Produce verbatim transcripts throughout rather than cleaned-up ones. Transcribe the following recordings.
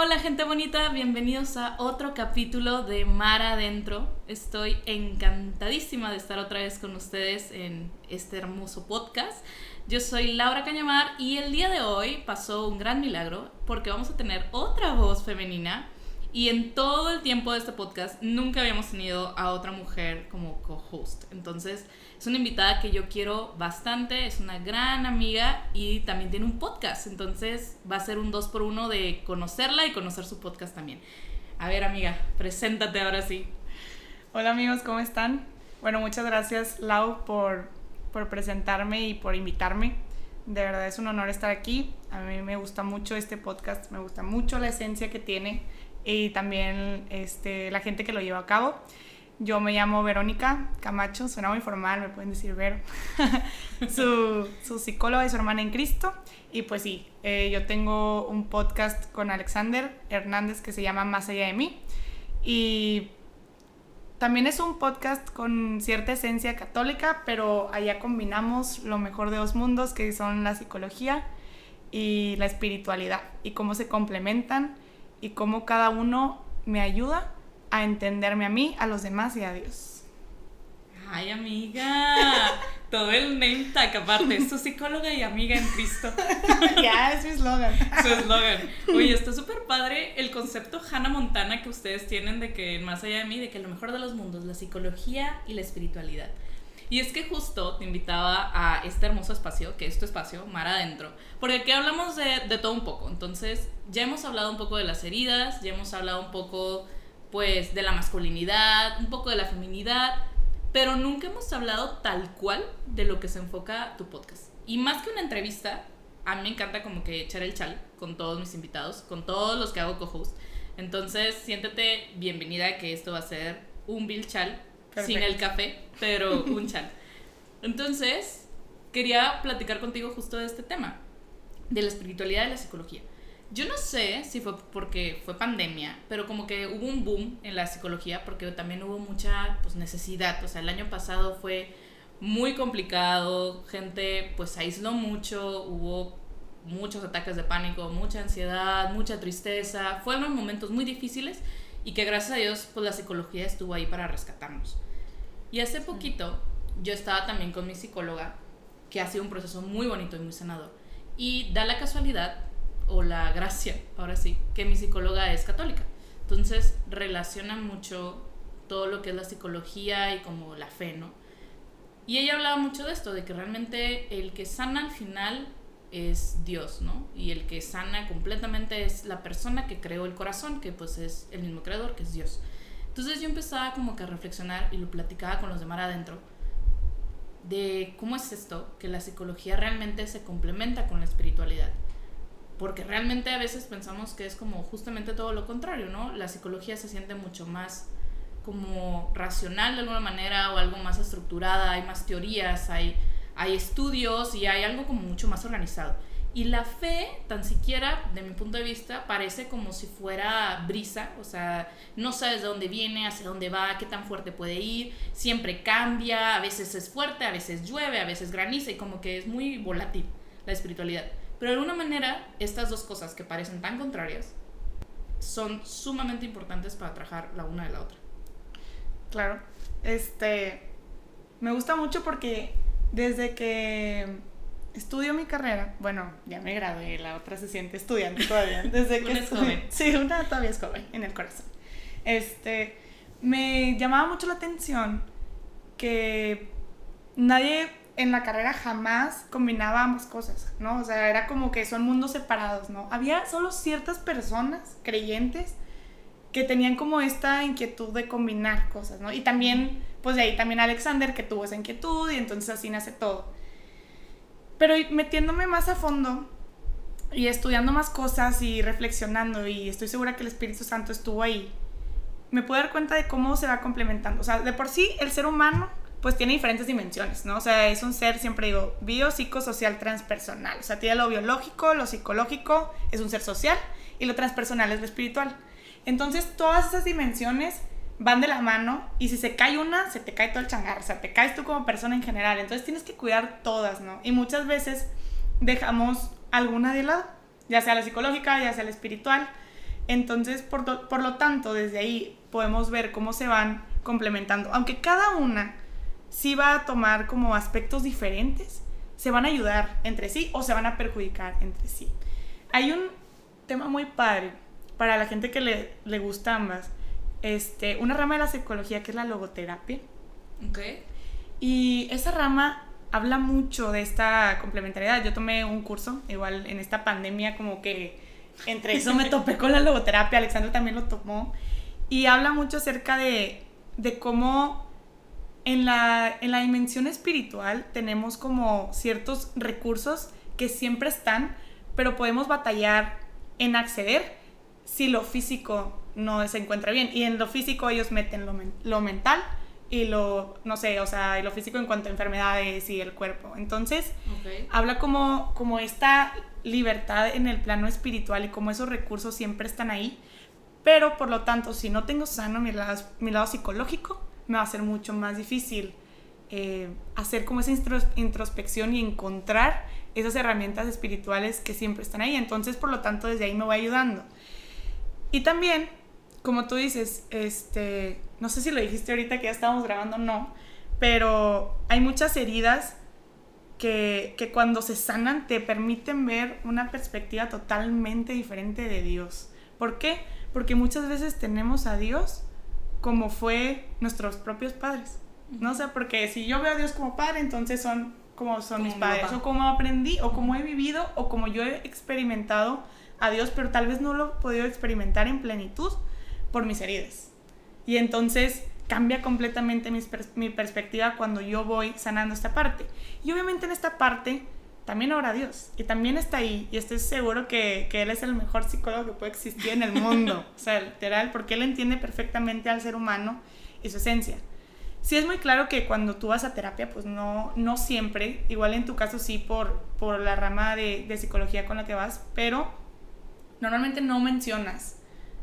Hola gente bonita, bienvenidos a otro capítulo de Mar Adentro. Estoy encantadísima de estar otra vez con ustedes en este hermoso podcast. Yo soy Laura Cañamar y el día de hoy pasó un gran milagro porque vamos a tener otra voz femenina y en todo el tiempo de este podcast nunca habíamos tenido a otra mujer como co-host. Entonces es una invitada que yo quiero bastante, es una gran amiga y también tiene un podcast. Entonces va a ser un dos por uno de conocerla y conocer su podcast también. A ver, amiga, preséntate ahora sí. Hola amigos, ¿cómo están? Bueno, muchas gracias Lau por, por presentarme y por invitarme. De verdad es un honor estar aquí. A mí me gusta mucho este podcast, me gusta mucho la esencia que tiene y también este, la gente que lo lleva a cabo. Yo me llamo Verónica Camacho, suena muy formal, me pueden decir Vero. su, su psicóloga y su hermana en Cristo. Y pues sí, eh, yo tengo un podcast con Alexander Hernández que se llama Más allá de mí. Y también es un podcast con cierta esencia católica, pero allá combinamos lo mejor de dos mundos, que son la psicología y la espiritualidad, y cómo se complementan y cómo cada uno me ayuda a entenderme a mí, a los demás y a Dios. Ay, amiga, todo el name tag aparte, es tu psicóloga y amiga en Cristo. Ya, es su eslogan. Su eslogan. Oye, está súper padre el concepto Hannah Montana que ustedes tienen de que más allá de mí, de que lo mejor de los mundos, la psicología y la espiritualidad. Y es que justo te invitaba a este hermoso espacio, que es tu espacio, Mar Adentro, porque aquí hablamos de, de todo un poco. Entonces, ya hemos hablado un poco de las heridas, ya hemos hablado un poco, pues, de la masculinidad, un poco de la feminidad, pero nunca hemos hablado tal cual de lo que se enfoca tu podcast. Y más que una entrevista, a mí me encanta como que echar el chal con todos mis invitados, con todos los que hago co-host. Entonces, siéntete bienvenida, que esto va a ser un Bill Chal. Perfecto. Sin el café, pero un chal. Entonces, quería platicar contigo justo de este tema, de la espiritualidad y la psicología. Yo no sé si fue porque fue pandemia, pero como que hubo un boom en la psicología, porque también hubo mucha pues, necesidad. O sea, el año pasado fue muy complicado, gente pues se aisló mucho, hubo muchos ataques de pánico, mucha ansiedad, mucha tristeza. Fueron momentos muy difíciles y que gracias a Dios pues la psicología estuvo ahí para rescatarnos. Y hace poquito yo estaba también con mi psicóloga, que ha sido un proceso muy bonito y muy sanador, y da la casualidad o la gracia, ahora sí, que mi psicóloga es católica. Entonces relaciona mucho todo lo que es la psicología y como la fe, ¿no? Y ella hablaba mucho de esto, de que realmente el que sana al final es Dios, ¿no? Y el que sana completamente es la persona que creó el corazón, que pues es el mismo creador, que es Dios. Entonces yo empezaba como que a reflexionar y lo platicaba con los de Mar Adentro, de cómo es esto, que la psicología realmente se complementa con la espiritualidad. Porque realmente a veces pensamos que es como justamente todo lo contrario, ¿no? La psicología se siente mucho más como racional de alguna manera o algo más estructurada, hay más teorías, hay... hay estudios y hay algo como mucho más organizado. Y la fe, tan siquiera, de mi punto de vista, parece como si fuera brisa. O sea, no sabes de dónde viene, hacia dónde va, qué tan fuerte puede ir. Siempre cambia, a veces es fuerte, a veces llueve, a veces graniza. Y como que es muy volátil la espiritualidad. Pero de alguna manera, estas dos cosas que parecen tan contrarias son sumamente importantes para trabajar la una de la otra. Claro. Este... Me gusta mucho porque desde que estudio mi carrera, bueno, ya me gradué, la otra se siente estudiante todavía. Desde que una es joven. Sí, una todavía es joven en el corazón. Este, me llamaba mucho la atención que nadie en la carrera jamás combinaba ambas cosas, ¿no? O sea, era como que son mundos separados, ¿no? Había solo ciertas personas creyentes que tenían como esta inquietud de combinar cosas, ¿no? Y también, pues de ahí también Alexander, que tuvo esa inquietud, y entonces así nace todo. Pero metiéndome más a fondo y estudiando más cosas y reflexionando, y estoy segura que el Espíritu Santo estuvo ahí, me pude dar cuenta de cómo se va complementando. O sea, de por sí el ser humano pues tiene diferentes dimensiones, ¿no? O sea, es un ser, siempre digo, biopsicosocial transpersonal. O sea, tiene lo biológico, lo psicológico, es un ser social, y lo transpersonal es lo espiritual. Entonces, todas esas dimensiones van de la mano, y si se cae una, se te cae todo el changarro, o sea, te caes tú como persona en general. Entonces tienes que cuidar todas, ¿no? Y muchas veces dejamos alguna de lado, ya sea la psicológica, ya sea la espiritual. Entonces, por, do, por lo tanto, desde ahí podemos ver cómo se van complementando. Aunque cada una sí va a tomar como aspectos diferentes, se van a ayudar entre sí o se van a perjudicar entre sí. Hay un tema muy padre para la gente que le, le gusta ambas. Este, una rama de la psicología que es la logoterapia. Okay. Y esa rama habla mucho de esta complementariedad. Yo tomé un curso, igual en esta pandemia, como que entre eso me topé con la logoterapia. Alexandra también lo tomó. Y habla mucho acerca de, de cómo en la, en la dimensión espiritual tenemos como ciertos recursos que siempre están, pero podemos batallar en acceder si lo físico no se encuentra bien. Y en lo físico ellos meten lo, men- lo mental y lo, no sé, o sea, y lo físico en cuanto a enfermedades y el cuerpo. Entonces, okay. habla como, como esta libertad en el plano espiritual y como esos recursos siempre están ahí. Pero, por lo tanto, si no tengo sano mi lado, mi lado psicológico, me va a ser mucho más difícil eh, hacer como esa introspección y encontrar esas herramientas espirituales que siempre están ahí. Entonces, por lo tanto, desde ahí me va ayudando. Y también, como tú dices, este, no sé si lo dijiste ahorita que ya estábamos grabando o no, pero hay muchas heridas que, que cuando se sanan te permiten ver una perspectiva totalmente diferente de Dios. ¿Por qué? Porque muchas veces tenemos a Dios como fue nuestros propios padres, ¿no? O sea, porque si yo veo a Dios como padre, entonces son como son como mis padres, papá. o como aprendí, o como he vivido, o como yo he experimentado a Dios, pero tal vez no lo he podido experimentar en plenitud por mis heridas. Y entonces cambia completamente mi, pers- mi perspectiva cuando yo voy sanando esta parte. Y obviamente en esta parte también ora Dios, y también está ahí, y estoy seguro que, que Él es el mejor psicólogo que puede existir en el mundo, o sea, literal, porque Él entiende perfectamente al ser humano y su esencia. Sí es muy claro que cuando tú vas a terapia, pues no, no siempre, igual en tu caso sí por, por la rama de, de psicología con la que vas, pero normalmente no mencionas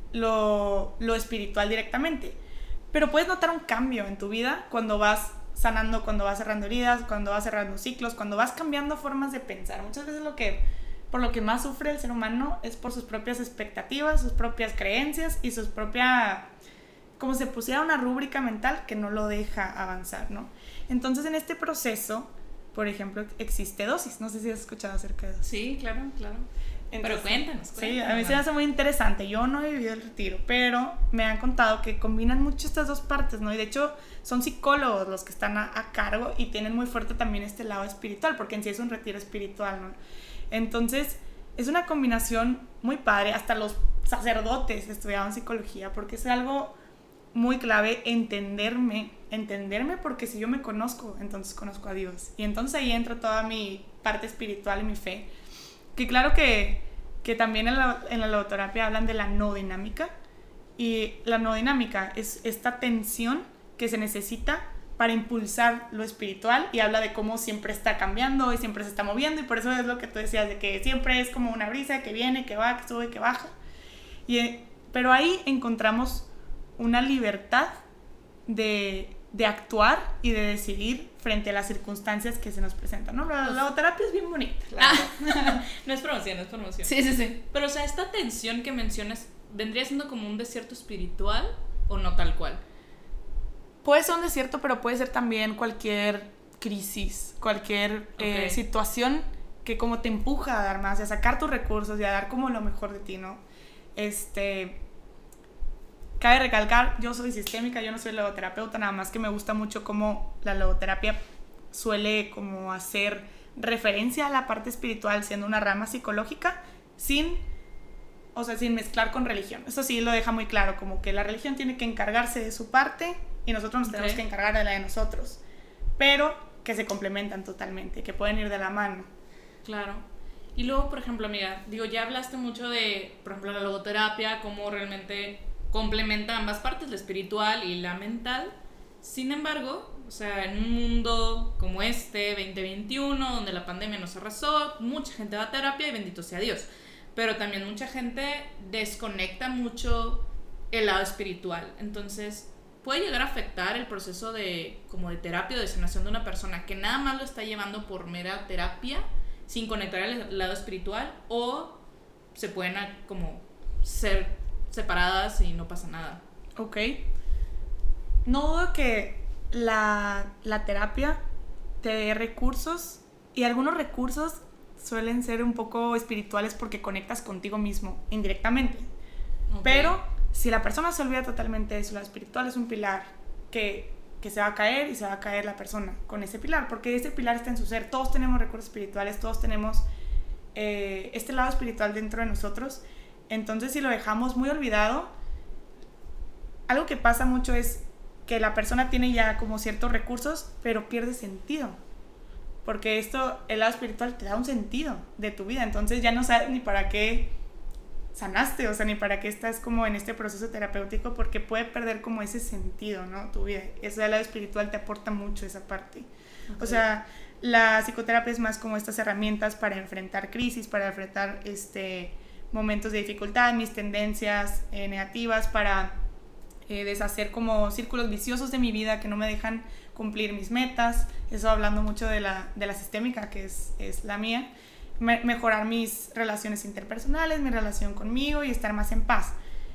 lo, lo espiritual directamente, pero puedes notar un cambio en tu vida cuando vas sanando, cuando vas cerrando heridas, cuando vas cerrando ciclos, cuando vas cambiando formas de pensar. Muchas veces lo que, por lo que más sufre el ser humano es por sus propias expectativas, sus propias creencias y sus propias, como si se pusiera una rúbrica mental que no lo deja avanzar, ¿no? Entonces en este proceso, por ejemplo, existe dosis. No sé si has escuchado acerca de dosis. Sí, claro, claro. Entonces, pero cuéntanos, cuéntanos. Sí, a mí se me hace muy interesante. Yo no he vivido el retiro, pero me han contado que combinan mucho estas dos partes, ¿no? Y de hecho son psicólogos los que están a, a cargo y tienen muy fuerte también este lado espiritual, porque en sí es un retiro espiritual, ¿no? Entonces es una combinación muy padre. Hasta los sacerdotes estudiaban psicología, porque es algo muy clave entenderme, entenderme porque si yo me conozco, entonces conozco a Dios. Y entonces ahí entra toda mi parte espiritual y mi fe. Que claro que, que también en la, en la logoterapia hablan de la no dinámica, y la no dinámica es esta tensión que se necesita para impulsar lo espiritual, y habla de cómo siempre está cambiando y siempre se está moviendo, y por eso es lo que tú decías, de que siempre es como una brisa que viene, que va, que sube, que baja. Y, pero ahí encontramos una libertad de, de actuar y de decidir frente a las circunstancias que se nos presentan, ¿no? La, la logoterapia es bien bonita. Ah, no es promoción, no es promoción. Sí, sí, sí. Pero, o sea, esta tensión que mencionas, ¿vendría siendo como un desierto espiritual o no tal cual? Puede ser un desierto, pero puede ser también cualquier crisis, cualquier okay. eh, situación que como te empuja a dar más, y a sacar tus recursos y a dar como lo mejor de ti, ¿no? Este... Cabe recalcar, yo soy sistémica, yo no soy logoterapeuta, nada más que me gusta mucho cómo la logoterapia suele como hacer referencia a la parte espiritual siendo una rama psicológica sin, o sea, sin mezclar con religión. Eso sí lo deja muy claro, como que la religión tiene que encargarse de su parte y nosotros nos okay. tenemos que encargar de la de nosotros, pero que se complementan totalmente, que pueden ir de la mano. Claro. Y luego, por ejemplo, amiga, digo, ya hablaste mucho de, por ejemplo, la logoterapia, cómo realmente complementa ambas partes, la espiritual y la mental. Sin embargo, o sea, en un mundo como este, veinte veintiuno, donde la pandemia nos arrasó, mucha gente va a terapia y bendito sea Dios. Pero también mucha gente desconecta mucho el lado espiritual. Entonces, puede llegar a afectar el proceso de, como de terapia o de sanación de una persona que nada más lo está llevando por mera terapia, sin conectar el lado espiritual, o se pueden como ser separadas y no pasa nada. Ok. No dudo que la, la terapia te dé recursos, y algunos recursos suelen ser un poco espirituales porque conectas contigo mismo indirectamente. Okay. Pero si la persona se olvida totalmente de eso, la espiritual es un pilar que, que se va a caer, y se va a caer la persona con ese pilar, porque ese pilar está en su ser. Todos tenemos recursos espirituales, todos tenemos eh, este lado espiritual dentro de nosotros. Entonces, si lo dejamos muy olvidado, algo que pasa mucho es que la persona tiene ya como ciertos recursos, pero pierde sentido. Porque esto, el lado espiritual te da un sentido de tu vida. Entonces ya no sabes ni para qué sanaste, o sea, ni para qué estás como en este proceso terapéutico, porque puede perder como ese sentido, ¿no? Tu vida. Eso del lado espiritual te aporta mucho esa parte. Okay. O sea, la psicoterapia es más como estas herramientas para enfrentar crisis, para enfrentar este, momentos de dificultad, mis tendencias eh, negativas, para eh, deshacer como círculos viciosos de mi vida que no me dejan cumplir mis metas. Eso hablando mucho de la, de la sistémica, que es, es la mía. Me, mejorar mis relaciones interpersonales, mi relación conmigo, y estar más en paz.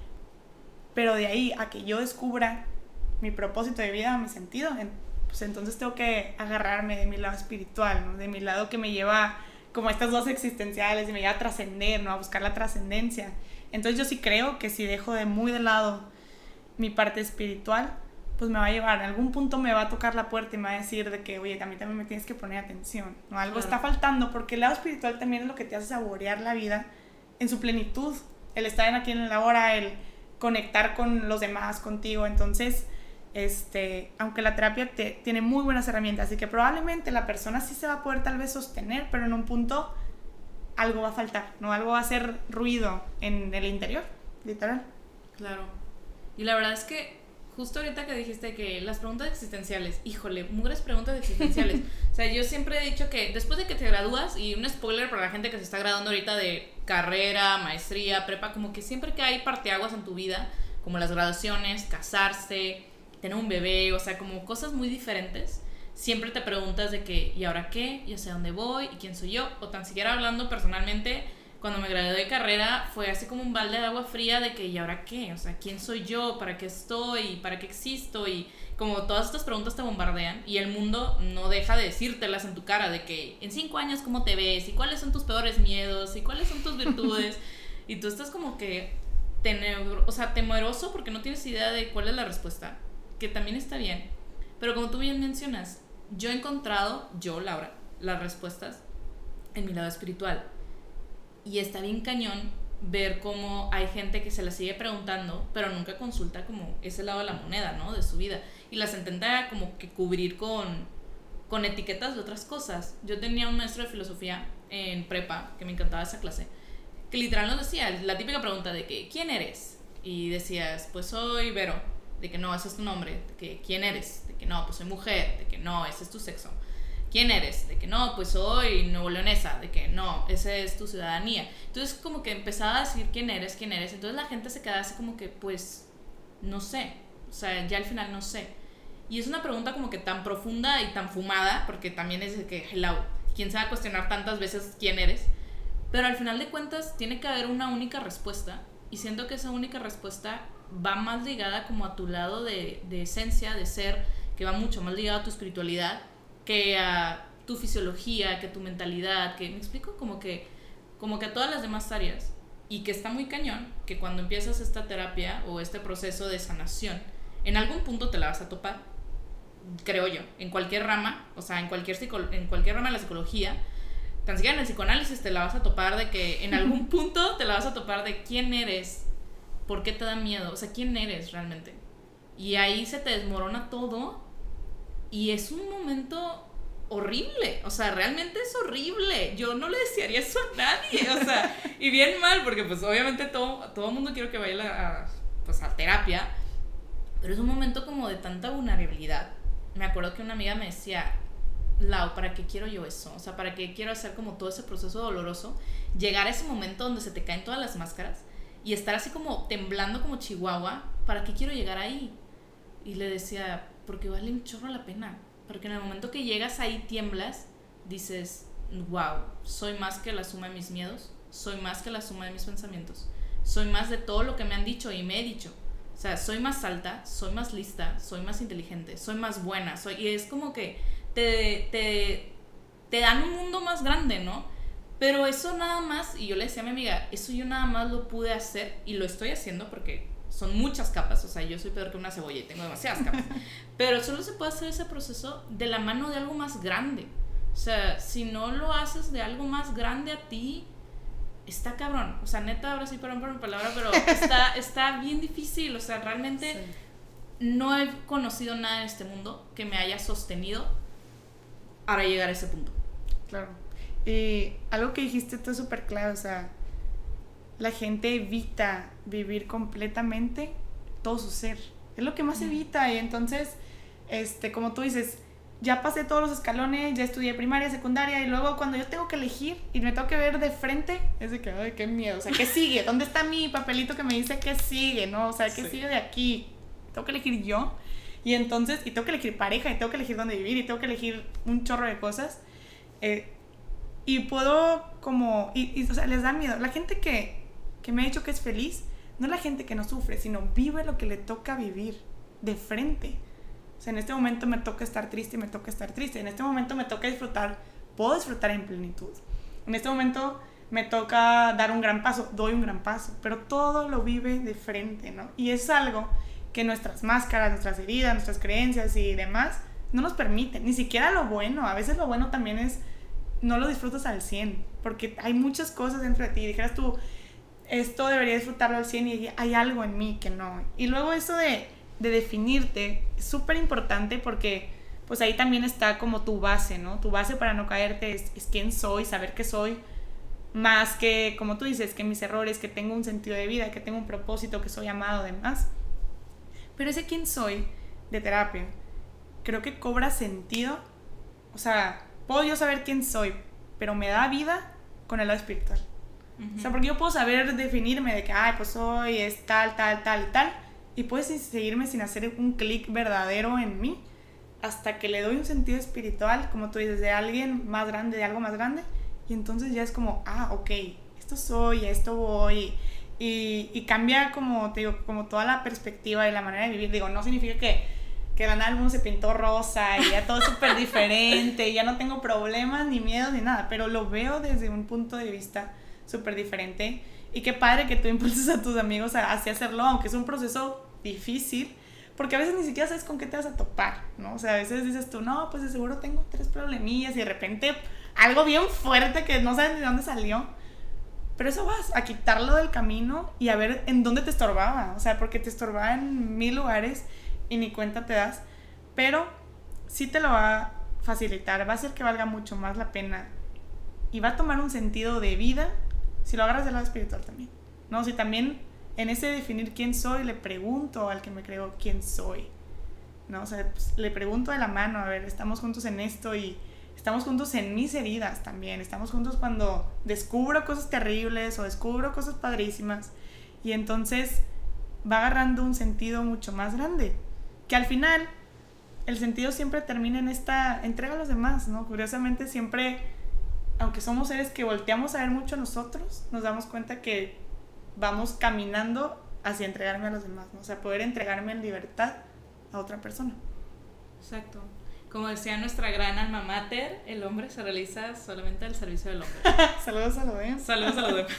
Pero de ahí a que yo descubra mi propósito de vida, mi sentido, pues entonces tengo que agarrarme de mi lado espiritual, ¿no? De mi lado que me lleva como a estas dos existenciales y me lleva a trascender, ¿no? A buscar la trascendencia. Entonces yo sí creo que si dejo de muy de lado mi parte espiritual, pues me va a llevar, en algún punto me va a tocar la puerta y me va a decir de que, oye, a mí también me tienes que poner atención, ¿no? Algo claro. está faltando, porque el lado espiritual también es lo que te hace saborear la vida en su plenitud, el estar aquí en la hora, el conectar con los demás, contigo. Entonces, este, aunque la terapia te, tiene muy buenas herramientas, y que probablemente la persona sí se va a poder tal vez sostener, pero en un punto algo va a faltar, ¿no? Algo va a hacer ruido en el interior, literal. Claro. Y la verdad es que justo ahorita que dijiste que las preguntas existenciales, híjole, mugres preguntas existenciales. O sea, yo siempre he dicho que después de que te gradúas, y un spoiler para la gente que se está graduando ahorita de carrera, maestría, prepa, como que siempre que hay parteaguas en tu vida, como las graduaciones, casarse, tener un bebé, o sea, como cosas muy diferentes, siempre te preguntas de que, ¿y ahora qué? ¿Y hacia dónde voy? ¿Y quién soy yo? O tan siquiera hablando personalmente, cuando me gradué de carrera fue así como un balde de agua fría de que, ¿y ahora qué? O sea, ¿quién soy yo? ¿Para qué estoy? ¿Para qué existo? Y como todas estas preguntas te bombardean, y el mundo no deja de decírtelas en tu cara, de que en cinco años ¿cómo te ves? ¿Y cuáles son tus peores miedos? ¿Y cuáles son tus virtudes? Y tú estás como que tenebro, o sea, temeroso porque no tienes idea de cuál es la respuesta, que también está bien. Pero como tú bien mencionas, yo he encontrado, yo, Laura, las respuestas en mi lado espiritual. Y está bien cañón ver cómo hay gente que se las sigue preguntando, pero nunca consulta como ese lado de la moneda, ¿no? De su vida. Y las intenta como que cubrir con, con etiquetas de otras cosas. Yo tenía un maestro de filosofía en prepa, que me encantaba esa clase, que literal nos decía la típica pregunta de que, ¿quién eres? Y decías, pues soy Vero. De que no, ese es tu nombre. De que, ¿quién eres? De que no, pues soy mujer. De que no, ese es tu sexo. ¿Quién eres? De que no, pues soy nuevo-leonesa. De que no, esa es tu ciudadanía. Entonces como que empezaba a decir quién eres, quién eres. Entonces la gente se quedaba así como que, pues, no sé. O sea, ya al final no sé. Y es una pregunta como que tan profunda y tan fumada, porque también es de que, hello, ¿quién se va a cuestionar tantas veces quién eres? Pero al final de cuentas tiene que haber una única respuesta. Y siento que esa única respuesta va más ligada como a tu lado de, de esencia, de ser, que va mucho más ligado a tu espiritualidad, que a tu fisiología, que a tu mentalidad, que, ¿me explico? Como que, como que a todas las demás áreas. Y que está muy cañón que cuando empiezas esta terapia o este proceso de sanación, en algún punto te la vas a topar, creo yo, en cualquier rama, o sea, en cualquier, psico- en cualquier rama de la psicología, tan siquiera en el psicoanálisis te la vas a topar de que en algún punto te la vas a topar de quién eres, por qué te da miedo, o sea, quién eres realmente. Y ahí se te desmorona todo. Y es un momento horrible, o sea, realmente es horrible. Yo no le desearía eso a nadie, o sea, y bien mal, porque pues obviamente todo, todo el mundo quiere que vaya a, pues, a terapia, pero es un momento como de tanta vulnerabilidad. Me acuerdo que una amiga me decía, Lau, ¿para qué quiero yo eso? O sea, ¿para qué quiero hacer como todo ese proceso doloroso? Llegar a ese momento donde se te caen todas las máscaras y estar así como temblando como chihuahua, ¿para qué quiero llegar ahí? Y le decía, porque vale un chorro la pena, porque en el momento que llegas ahí tiemblas, dices, wow, soy más que la suma de mis miedos, soy más que la suma de mis pensamientos, soy más de todo lo que me han dicho y me he dicho. O sea, soy más alta, soy más lista, soy más inteligente, soy más buena, soy, y es como que te, te, te dan un mundo más grande, ¿no? Pero eso nada más, y yo le decía a mi amiga, eso yo nada más lo pude hacer y lo estoy haciendo porque son muchas capas, o sea, yo soy peor que una cebolla y tengo demasiadas capas, pero solo se puede hacer ese proceso de la mano de algo más grande. O sea, si no lo haces de algo más grande a ti, está cabrón. O sea, neta, ahora sí, perdón por mi palabra, pero está, está bien difícil. O sea, realmente sí. No he conocido nada en este mundo que me haya sostenido para llegar a ese punto. Claro. Y algo que dijiste tú es súper claro, o sea, la gente evita vivir completamente todo su ser. Es lo que más evita. Y entonces, este, como tú dices, ya pasé todos los escalones, ya estudié primaria, secundaria, y luego cuando yo tengo que elegir y me tengo que ver de frente, es de que, ay, qué miedo, o sea, ¿qué sigue? ¿Dónde está mi papelito que me dice qué sigue, no? O sea, ¿qué sí. sigue de aquí? Tengo que elegir yo, y entonces, y tengo que elegir pareja, y tengo que elegir dónde vivir, y tengo que elegir un chorro de cosas, eh, y puedo como, y, y, o sea, les da miedo. La gente que, que me ha dicho que es feliz, no es la gente que no sufre, sino vive lo que le toca vivir de frente. O sea, en este momento me toca estar triste y me toca estar triste. En este momento me toca disfrutar, puedo disfrutar en plenitud. En este momento me toca dar un gran paso, doy un gran paso. Pero todo lo vive de frente, ¿no? Y es algo que nuestras máscaras, nuestras heridas, nuestras creencias y demás no nos permiten. Ni siquiera lo bueno. A veces lo bueno también es, no lo disfrutas al cien. Porque hay muchas cosas dentro de ti. Dijeras tú, esto debería disfrutarlo al cien y hay algo en mí que no. Y luego eso de... de definirte es súper importante porque pues ahí también está como tu base, ¿no? Tu base para no caerte es, es quién soy, saber qué soy, más que, como tú dices, que mis errores, que tengo un sentido de vida, que tengo un propósito, que soy amado, demás. Pero ese quién soy de terapia creo que cobra sentido. O sea, puedo yo saber quién soy, pero me da vida con el lado espiritual. Uh-huh. O sea, porque yo puedo saber definirme de que, ay, pues soy es tal, tal, tal y tal, y puedes seguirme sin hacer un clic verdadero en mí hasta que le doy un sentido espiritual, como tú dices, de alguien más grande, de algo más grande, y entonces ya es como, ah, ok, esto soy, a esto voy, y, y cambia como, te digo, como toda la perspectiva y la manera de vivir. Digo, no significa que, que la nada el mundo se pintó rosa y ya todo es súper diferente y ya no tengo problemas, ni miedos, ni nada, pero lo veo desde un punto de vista súper diferente. Y qué padre que tú impulses a tus amigos a, hacia hacerlo, aunque es un proceso difícil, porque a veces ni siquiera sabes con qué te vas a topar, ¿no? O sea, a veces dices tú, no, pues de seguro tengo tres problemillas y de repente algo bien fuerte que no sabes de dónde salió. Pero eso vas a quitarlo del camino y a ver en dónde te estorbaba. O sea, porque te estorbaba en mil lugares y ni cuenta te das. Pero sí te lo va a facilitar, va a hacer que valga mucho más la pena y va a tomar un sentido de vida si lo agarras del lado espiritual también, ¿no? Si también en ese definir quién soy le pregunto al que me creó quién soy, ¿no? O sea, pues, le pregunto de la mano, a ver, estamos juntos en esto y estamos juntos en mis heridas también, estamos juntos cuando descubro cosas terribles o descubro cosas padrísimas, y entonces va agarrando un sentido mucho más grande, que al final el sentido siempre termina en esta entrega a los demás, ¿no? Curiosamente siempre, aunque somos seres que volteamos a ver mucho a nosotros, nos damos cuenta que vamos caminando hacia entregarme a los demás, ¿no? O sea, poder entregarme en libertad a otra persona. Exacto. Como decía nuestra gran alma mater, el hombre se realiza solamente al servicio del hombre. Saludos a lo de. Saludos a lo de.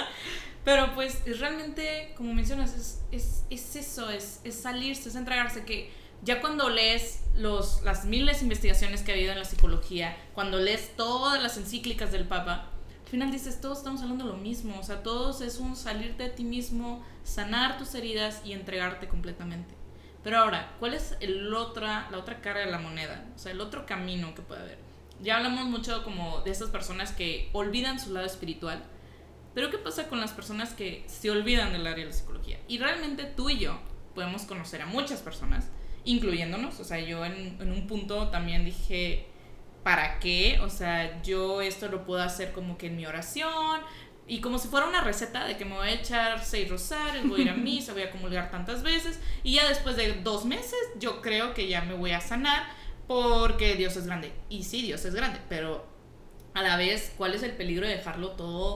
Pero pues es realmente, como mencionas, es, es, es eso, es, es salirse, es entregarse, que ya cuando lees los, las miles de investigaciones que ha habido en la psicología, cuando lees todas las encíclicas del Papa, al final dices, todos estamos hablando de lo mismo, o sea, todos es un salirte de ti mismo, sanar tus heridas y entregarte completamente. Pero ahora, ¿cuál es el otra, la otra cara de la moneda? O sea, el otro camino que puede haber. Ya hablamos mucho como de esas personas que olvidan su lado espiritual, pero ¿qué pasa con las personas que se olvidan del área de la psicología? Y realmente tú y yo podemos conocer a muchas personas, incluyéndonos. O sea, yo en, en un punto también dije, ¿para qué? O sea, yo esto lo puedo hacer como que en mi oración, y como si fuera una receta de que me voy a echar seis rosarios, voy a ir a misa, voy a comulgar tantas veces, y ya después de dos meses yo creo que ya me voy a sanar porque Dios es grande. Y sí, Dios es grande, pero a la vez, ¿cuál es el peligro de dejarlo todo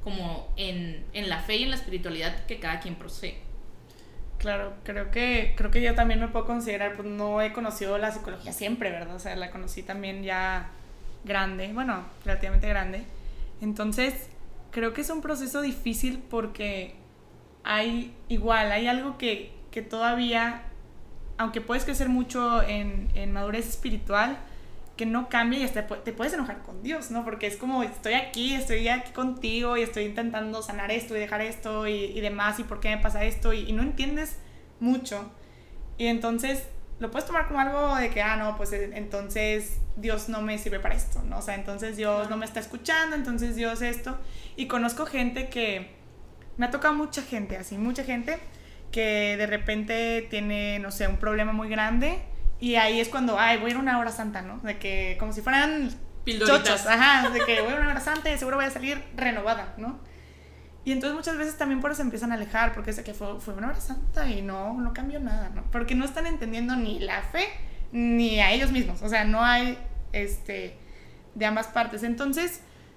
como en, en la fe y en la espiritualidad que cada quien posee. Claro, creo que, creo que yo también me puedo considerar, pues no he conocido la psicología siempre, ¿verdad? O sea, la conocí también ya grande, bueno, relativamente grande. Entonces, creo que es un proceso difícil porque hay, igual, hay algo que, que todavía, aunque puedes crecer mucho en, en madurez espiritual, que no cambia y hasta te puedes enojar con Dios, ¿no? Porque es como, estoy aquí, estoy aquí contigo y estoy intentando sanar esto y dejar esto y, y demás, y por qué me pasa esto, y, y no entiendes mucho. Y entonces lo puedes tomar como algo de que, ah, no, pues entonces Dios no me sirve para esto, ¿no? O sea, entonces Dios no me está escuchando, entonces Dios esto. Y conozco gente que, me ha tocado mucha gente así, mucha gente que de repente tiene, no sé, un problema muy grande. Y ahí es cuando, ay, voy a ir a una hora santa, ¿no? De que, como si fueran pildoritas. Chochos, ajá, de que voy a una hora santa y seguro voy a salir renovada, ¿no? Y entonces muchas veces también por eso se empiezan a alejar, porque es de que fue, fue una hora santa y no, no cambió nada, ¿no? Porque no están entendiendo ni la fe, ni a ellos mismos, o sea, no hay, este, de ambas partes. Entonces,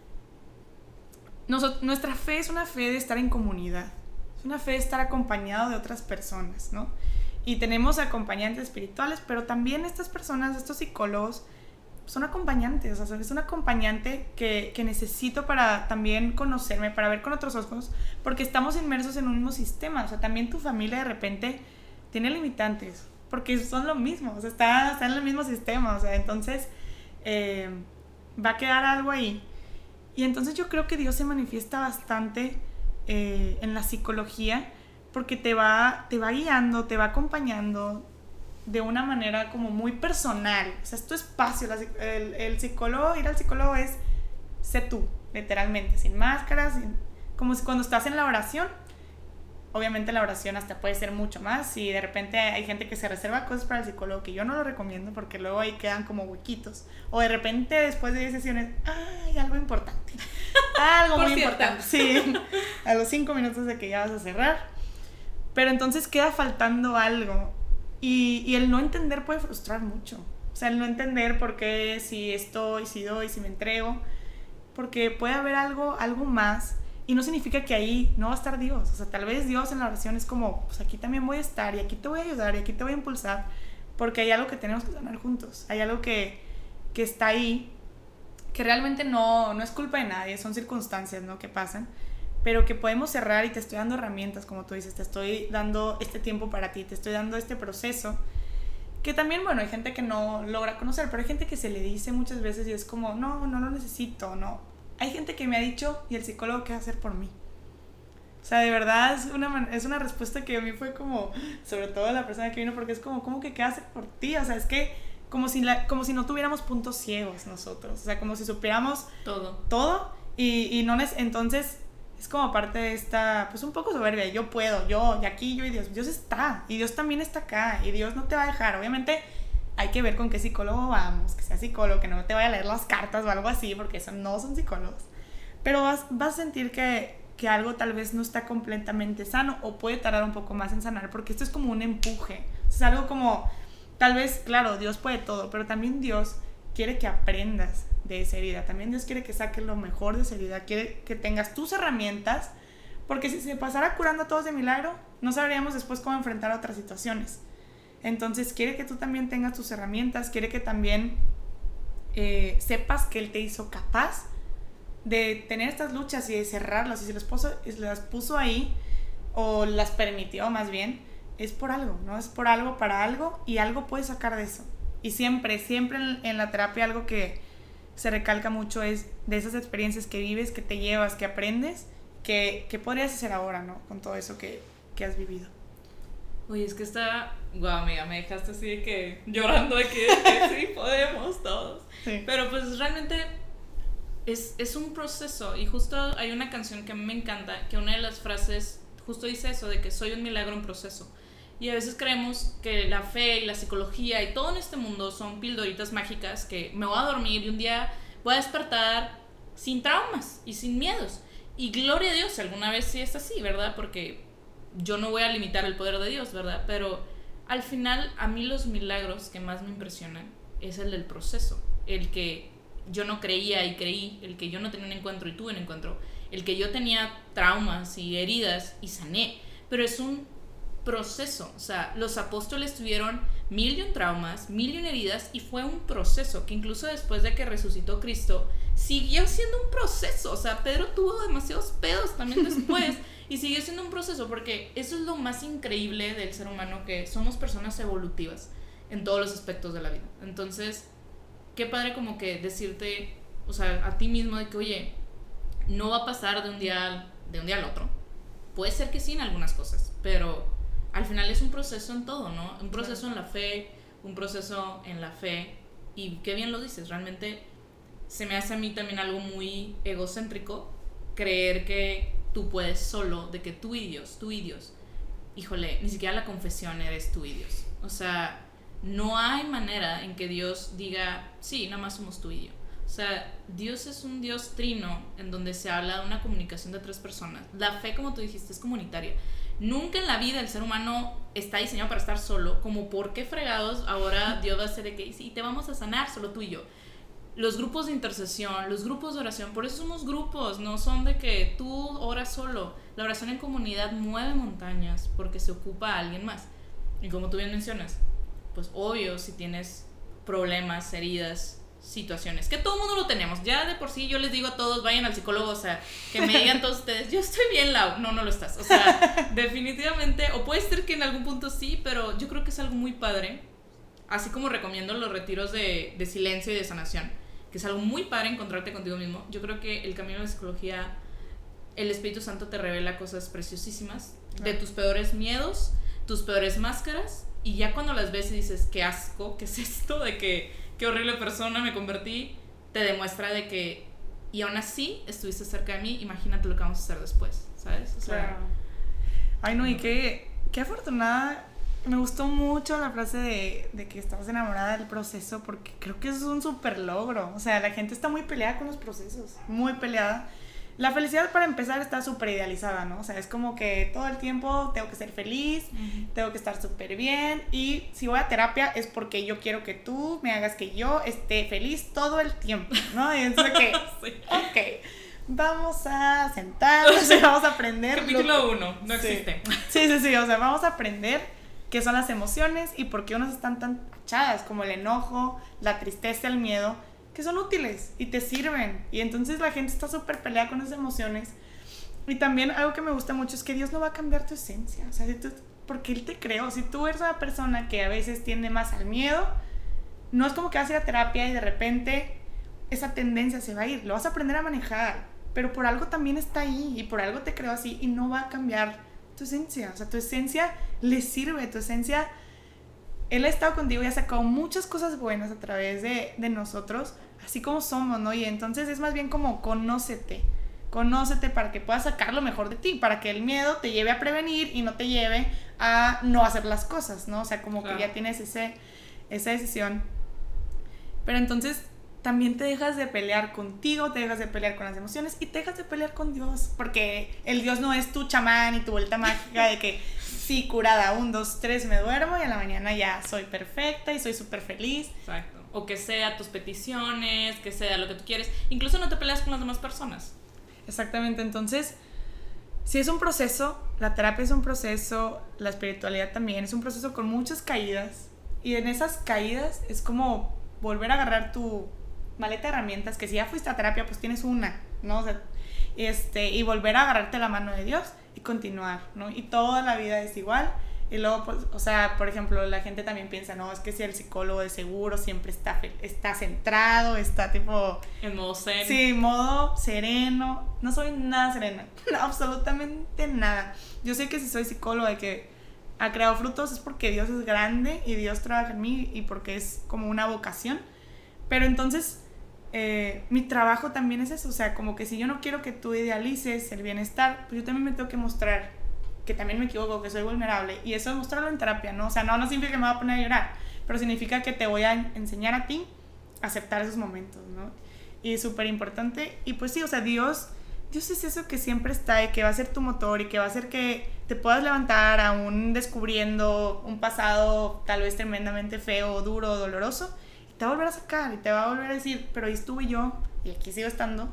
nosotros, nuestra fe es una fe de estar en comunidad, es una fe de estar acompañado de otras personas, ¿no? Y tenemos acompañantes espirituales, pero también estas personas, estos psicólogos, son acompañantes, o sea, es un acompañante que, que necesito para también conocerme, para ver con otros ojos, porque estamos inmersos en un mismo sistema, o sea, también tu familia de repente tiene limitantes, porque son lo mismo, o sea, está, está en el mismo sistema, o sea, entonces eh, va a quedar algo ahí. Y entonces yo creo que Dios se manifiesta bastante eh, en la psicología, porque te va, te va guiando, te va acompañando de una manera como muy personal. O sea, es tu espacio. La, el, el psicólogo, ir al psicólogo es sé tú, literalmente, sin máscaras, sin, como si cuando estás en la oración. Obviamente la oración hasta puede ser mucho más. Y de repente hay gente que se reserva cosas para el psicólogo que yo no lo recomiendo porque luego ahí quedan como huequitos. O de repente después de diez sesiones, ¡ay, algo importante! Algo muy cierto. importante. Sí, a los cinco minutos de que ya vas a cerrar. Pero entonces queda faltando algo. Y, y el no entender puede frustrar mucho. O sea, el no entender por qué si estoy, si doy, si me entrego. Porque puede haber algo, algo más. Y no significa que ahí no va a estar Dios. O sea, tal vez Dios en la oración es como, pues aquí también voy a estar, y aquí te voy a ayudar, y aquí te voy a impulsar. Porque hay algo que tenemos que sanar juntos. Hay algo que, que está ahí, que realmente no, no es culpa de nadie, son circunstancias, ¿no?, que pasan. Pero que podemos cerrar y te estoy dando herramientas, como tú dices, te estoy dando este tiempo para ti, te estoy dando este proceso, que también, bueno, hay gente que no logra conocer, pero hay gente que se le dice muchas veces y es como, no, no lo necesito, no. Hay gente que me ha dicho, ¿y el psicólogo qué va a hacer por mí? O sea, de verdad es una, es una respuesta que a mí fue como, sobre todo la persona que vino, porque es como, ¿cómo que qué va a hacer por ti? O sea, es que como si, la, como si no tuviéramos puntos ciegos nosotros, o sea, como si supiéramos todo, todo y, y no les, entonces... Es como parte de esta, pues un poco soberbia, yo puedo, yo, y aquí yo y Dios. Dios está, y Dios también está acá, y Dios no te va a dejar. Obviamente hay que ver con qué psicólogo vamos, que sea psicólogo, que no te vaya a leer las cartas o algo así, porque eso no son psicólogos. Pero vas, vas a sentir que, que algo tal vez no está completamente sano, o puede tardar un poco más en sanar, porque esto es como un empuje. Es algo como, tal vez, claro, Dios puede todo, pero también Dios quiere que aprendas de esa herida. También Dios quiere que saques lo mejor de esa herida, quiere que tengas tus herramientas, porque si se pasara curando a todos de milagro, no sabríamos después cómo enfrentar otras situaciones. Entonces quiere que tú también tengas tus herramientas, quiere que también eh, sepas que Él te hizo capaz de tener estas luchas y de cerrarlas, y si las puso, las puso ahí, o las permitió más bien, es por algo, ¿no? Es por algo, para algo, y algo puedes sacar de eso. Y siempre, siempre en, en la terapia algo que se recalca mucho es de esas experiencias que vives, que te llevas, que aprendes, que, que podrías hacer ahora, ¿no? Con todo eso que, que has vivido. Oye, es que está... Guau, amiga, me dejaste así de que... Llorando de que, de que sí podemos todos. Sí. Pero pues realmente es, es un proceso. Y justo hay una canción que a mí me encanta, que una de las frases justo dice eso, de que soy un milagro en proceso. Y a veces creemos que la fe y la psicología y todo en este mundo son pildoritas mágicas, que me voy a dormir y un día voy a despertar sin traumas y sin miedos. Y gloria a Dios, si alguna vez sí es así, ¿verdad? Porque yo no voy a limitar el poder de Dios, ¿verdad? Pero al final, a mí los milagros que más me impresionan es el del proceso. El que yo no creía y creí, el que yo no tenía un encuentro y tuve un encuentro. el que yo tenía traumas y heridas y sané, pero es un proceso. O sea, los apóstoles tuvieron mil y un traumas, mil y un heridas, y fue un proceso que incluso después de que resucitó Cristo siguió siendo un proceso. O sea, Pedro tuvo demasiados pedos también después y siguió siendo un proceso, porque eso es lo más increíble del ser humano, que somos personas evolutivas en todos los aspectos de la vida. Entonces, qué padre como que decirte, o sea, a ti mismo de que, oye, no va a pasar de un día al, de un día al otro. Puede ser que sí en algunas cosas, pero al final es un proceso en todo, ¿no? Un proceso en la fe, un proceso en la fe, y qué bien lo dices, realmente se me hace a mí también algo muy egocéntrico creer que tú puedes solo, de que tú y Dios, tú y Dios, híjole, ni siquiera la confesión eres tú y Dios. O sea, no hay manera en que Dios diga, sí, nada más somos tú y yo. O sea, Dios es un Dios trino en donde se habla de una comunicación de tres personas. La fe, como tú dijiste, es comunitaria. Nunca en la vida el ser humano está diseñado para estar solo. Como, ¿por qué fregados ahora Dios va a hacer de que sí, te vamos a sanar solo tú y yo? Los grupos de intercesión, los grupos de oración, por eso somos grupos, no son de que tú oras solo. La oración en comunidad mueve montañas porque se ocupa a alguien más. Y como tú bien mencionas, pues obvio, si tienes problemas, heridas, situaciones, que todo el mundo lo tenemos, ya de por sí yo les digo a todos, vayan al psicólogo, o sea, que me digan todos ustedes, yo estoy bien, Lau, no, no lo estás, o sea, definitivamente, o puede ser que en algún punto sí, pero yo creo que es algo muy padre, así como recomiendo los retiros de, de silencio y de sanación, que es algo muy padre encontrarte contigo mismo. Yo creo que el camino de la psicología, el Espíritu Santo te revela cosas preciosísimas, de tus peores miedos, tus peores máscaras, y ya cuando las ves y dices, qué asco, qué es esto, de que qué horrible persona me convertí, te demuestra de que, y aún así estuviste cerca de mí, imagínate lo que vamos a hacer después, ¿sabes? O sea, claro. Ay, no, y qué, qué afortunada. Me gustó mucho la frase de, de que estabas enamorada del proceso, porque creo que eso es un súper logro. O sea, la gente está muy peleada con los procesos, muy peleada. La felicidad, para empezar, está súper idealizada, ¿no? O sea, es como que todo el tiempo tengo que ser feliz, uh-huh. tengo que estar súper bien, y si voy a terapia es porque yo quiero que tú me hagas que yo esté feliz todo el tiempo, ¿no? Y es que, sí. ok, vamos a sentarnos y vamos a aprender. Capítulo uno, no sí. existe. Sí, sí, sí, o sea, vamos a aprender qué son las emociones y por qué unas están tan tachadas, como el enojo, la tristeza, el miedo, que son útiles y te sirven. Y entonces la gente está súper peleada con esas emociones. Y también algo que me gusta mucho es que Dios no va a cambiar tu esencia. O sea, si tú, porque Él te creó. Si tú eres una persona que a veces tiende más al miedo, no es como que vas a ir a terapia y de repente esa tendencia se va a ir. Lo vas a aprender a manejar, pero por algo también está ahí y por algo te creó así, y no va a cambiar tu esencia. O sea, tu esencia le sirve, tu esencia... Él ha estado contigo y ha sacado muchas cosas buenas a través de, de nosotros, así como somos, ¿no? Y entonces es más bien como conócete, conócete para que puedas sacar lo mejor de ti, para que el miedo te lleve a prevenir y no te lleve a no hacer las cosas, ¿no? O sea, como claro. que ya tienes ese, esa decisión. Pero entonces también te dejas de pelear contigo, te dejas de pelear con las emociones y te dejas de pelear con Dios, porque el Dios no es tu chamán y tu vuelta mágica de que sí, curada, un, dos, tres, me duermo y a la mañana ya soy perfecta y soy súper feliz. Exacto. O que sea tus peticiones, que sea lo que tú quieres. Incluso no te peleas con las demás personas. Exactamente. Entonces, si es un proceso, la terapia es un proceso, la espiritualidad también es un proceso con muchas caídas. Y en esas caídas es como volver a agarrar tu maleta de herramientas, que si ya fuiste a terapia, pues tienes una, ¿no? O sea, este, y volver a agarrarte la mano de Dios y continuar, ¿no? Y toda la vida es igual. Y luego, pues, o sea, por ejemplo, la gente también piensa, no, es que si el psicólogo de seguro siempre está, está centrado, está tipo... En modo zen. Sí, modo sereno. No soy nada serena, no, absolutamente nada. Yo sé que si soy psicóloga y que ha creado frutos es porque Dios es grande y Dios trabaja en mí y porque es como una vocación. Pero entonces... Eh, mi trabajo también es eso, o sea, como que si yo no quiero que tú idealices el bienestar, pues yo también me tengo que mostrar que también me equivoco, que soy vulnerable, y eso es mostrarlo en terapia, ¿no? O sea, no, no significa que me voy a poner a llorar, pero significa que te voy a enseñar a ti a aceptar esos momentos, ¿no? Y es súper importante, y pues sí, o sea, Dios, Dios es eso que siempre está y que va a ser tu motor y que va a hacer que te puedas levantar aún descubriendo un pasado tal vez tremendamente feo, duro, doloroso, te va a volver a sacar y te va a volver a decir, pero ahí estuve yo y aquí sigo estando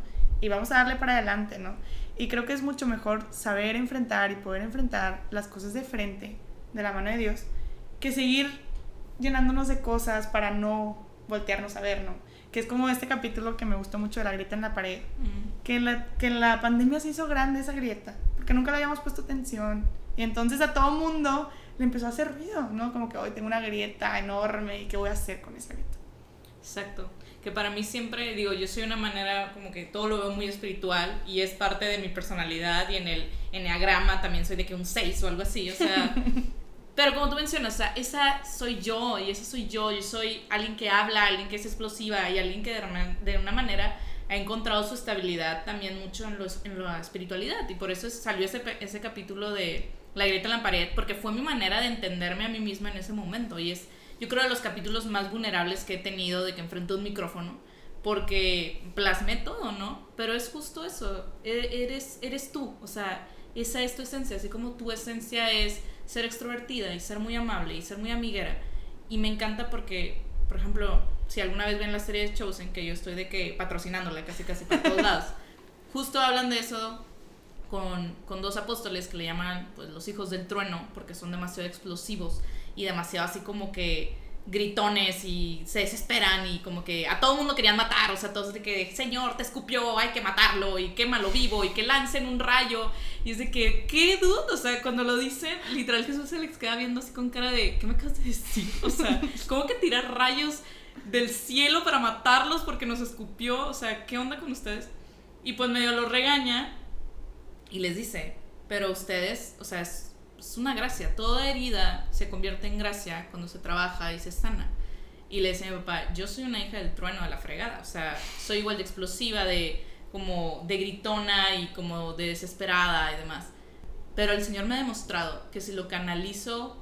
y vamos a darle para adelante, ¿no? Y creo que es mucho mejor saber enfrentar y poder enfrentar las cosas de frente, de la mano de Dios, que seguir llenándonos de cosas para no voltearnos a ver, ¿no? Que es como este capítulo que me gustó mucho de la grieta en la pared, mm. que, en la, que en la pandemia se hizo grande esa grieta, porque nunca le habíamos puesto atención, y entonces a todo mundo le empezó a hacer ruido, ¿no? Como que hoy tengo una grieta enorme, ¿y qué voy a hacer con esa grieta? Exacto, que para mí siempre, digo, yo soy una manera como que todo lo veo muy espiritual y es parte de mi personalidad, y en el enneagrama también soy de que un seis o algo así, o sea, pero como tú mencionas, o sea, esa soy yo y esa soy yo, yo soy alguien que habla, alguien que es explosiva y alguien que de una, de una manera ha encontrado su estabilidad también mucho en, los, en la espiritualidad, y por eso salió ese, ese capítulo de La grieta en la pared, porque fue mi manera de entenderme a mí misma en ese momento, y es, yo creo, de los capítulos más vulnerables que he tenido, de que enfrenté un micrófono, porque plasmé todo, ¿no? Pero es justo eso, eres, eres tú, o sea, esa es tu esencia, así como tu esencia es ser extrovertida y ser muy amable y ser muy amiguera. Y me encanta porque, por ejemplo, si alguna vez ven la serie de Chosen, que yo estoy de que patrocinándola casi casi para todos lados, justo hablan de eso con, con dos apóstoles que le llaman, pues, los hijos del trueno, porque son demasiado explosivos y demasiado así como que gritones y se desesperan y como que a todo el mundo querían matar, o sea, todos de que Señor te escupió, hay que matarlo y quémalo vivo y que lancen un rayo, y es de que, ¿qué dude? O sea, cuando lo dicen, literal Jesús se les queda viendo así con cara de, ¿qué me acabas de decir? O sea, ¿cómo que tirar rayos del cielo para matarlos porque nos escupió? O sea, ¿qué onda con ustedes? Y pues medio los regaña y les dice, pero ustedes, o sea, es es una gracia, toda herida se convierte en gracia cuando se trabaja y se sana. Y le dice a mi papá, yo soy una hija del trueno, de la fregada, o sea, soy igual de explosiva, de como de gritona y como de desesperada y demás, pero el Señor me ha demostrado que si lo canalizo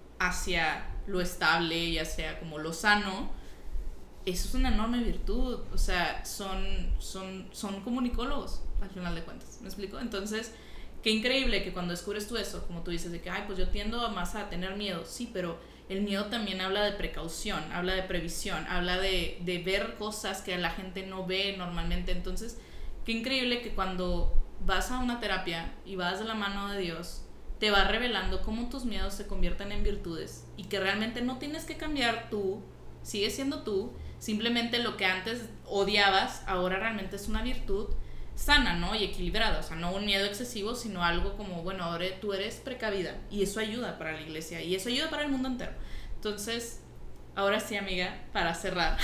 hacia lo estable y hacia como lo sano, eso es una enorme virtud, o sea, son, son, son comunicólogos al final de cuentas, ¿me explico? Entonces, qué increíble que cuando descubres tú eso, como tú dices, de que, ay, pues yo tiendo más a tener miedo. Sí, pero el miedo también habla de precaución, habla de previsión, habla de, de ver cosas que la gente no ve normalmente. Entonces, qué increíble que cuando vas a una terapia y vas de la mano de Dios, te va revelando cómo tus miedos se convierten en virtudes y que realmente no tienes que cambiar tú, sigues siendo tú, simplemente lo que antes odiabas, ahora realmente es una virtud sana, ¿no? Y equilibrada, o sea, no un miedo excesivo, sino algo como, bueno, ahora tú eres precavida, y eso ayuda para la iglesia, y eso ayuda para el mundo entero. Entonces, ahora sí, amiga, para cerrar,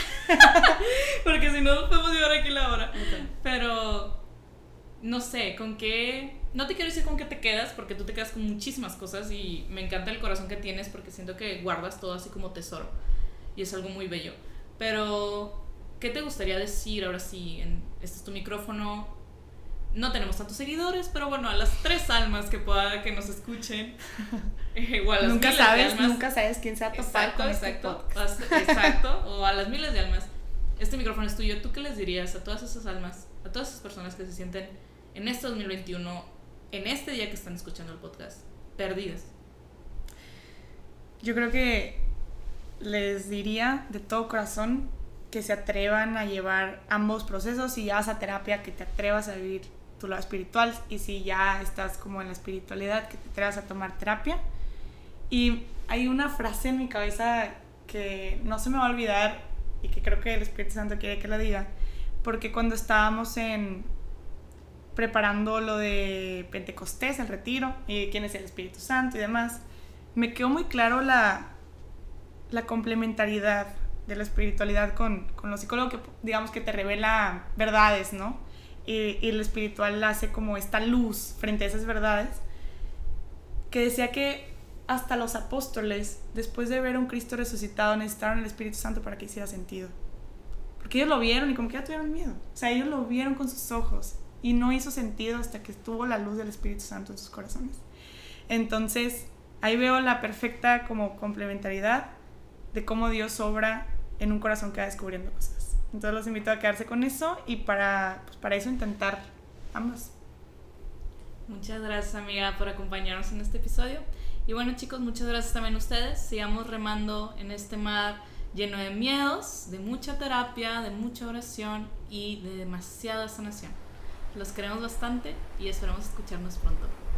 porque si no podemos llevar aquí la hora, okay. Pero, no sé, con qué, no te quiero decir con qué te quedas, porque tú te quedas con muchísimas cosas, y me encanta el corazón que tienes, porque siento que guardas todo así como tesoro, y es algo muy bello, pero, ¿qué te gustaría decir ahora sí? En, este es tu micrófono. No tenemos tantos seguidores, pero bueno, a las tres almas que pueda que nos escuchen, eh, o a las nunca miles sabes, de almas, nunca sabes quién se va a topar exacto, con exacto, este podcast. Exacto, o a las miles de almas. Este micrófono es tuyo. ¿Tú qué les dirías a todas esas almas, a todas esas personas que se sienten en este dos mil veintiuno, en este día que están escuchando el podcast, perdidas? Yo creo que les diría de todo corazón que se atrevan a llevar ambos procesos. Si ya vas a terapia, que te atrevas a vivir tu lado espiritual, y si ya estás como en la espiritualidad, que te atrevas a tomar terapia. Y hay una frase en mi cabeza que no se me va a olvidar y que creo que el Espíritu Santo quiere que la diga, porque cuando estábamos en preparando lo de Pentecostés, el retiro, y quién es el Espíritu Santo y demás, me quedó muy claro la, la complementariedad de la espiritualidad con, con lo psicólogo, que digamos que te revela verdades, ¿no? Y, y lo espiritual hace como esta luz frente a esas verdades, que decía que hasta los apóstoles, después de ver a un Cristo resucitado, necesitaron el Espíritu Santo para que hiciera sentido, porque ellos lo vieron y como que ya tuvieron miedo, o sea, ellos lo vieron con sus ojos y no hizo sentido hasta que estuvo la luz del Espíritu Santo en sus corazones. Entonces ahí veo la perfecta como complementariedad de cómo Dios obra en un corazón que va descubriendo cosas. Entonces los invito a quedarse con eso y para, pues para eso intentar ambas. Muchas gracias, amiga, por acompañarnos en este episodio. Y bueno, chicos, muchas gracias también a ustedes. Sigamos remando en este mar lleno de miedos, de mucha terapia, de mucha oración y de demasiada sanación. Los queremos bastante y esperamos escucharnos pronto.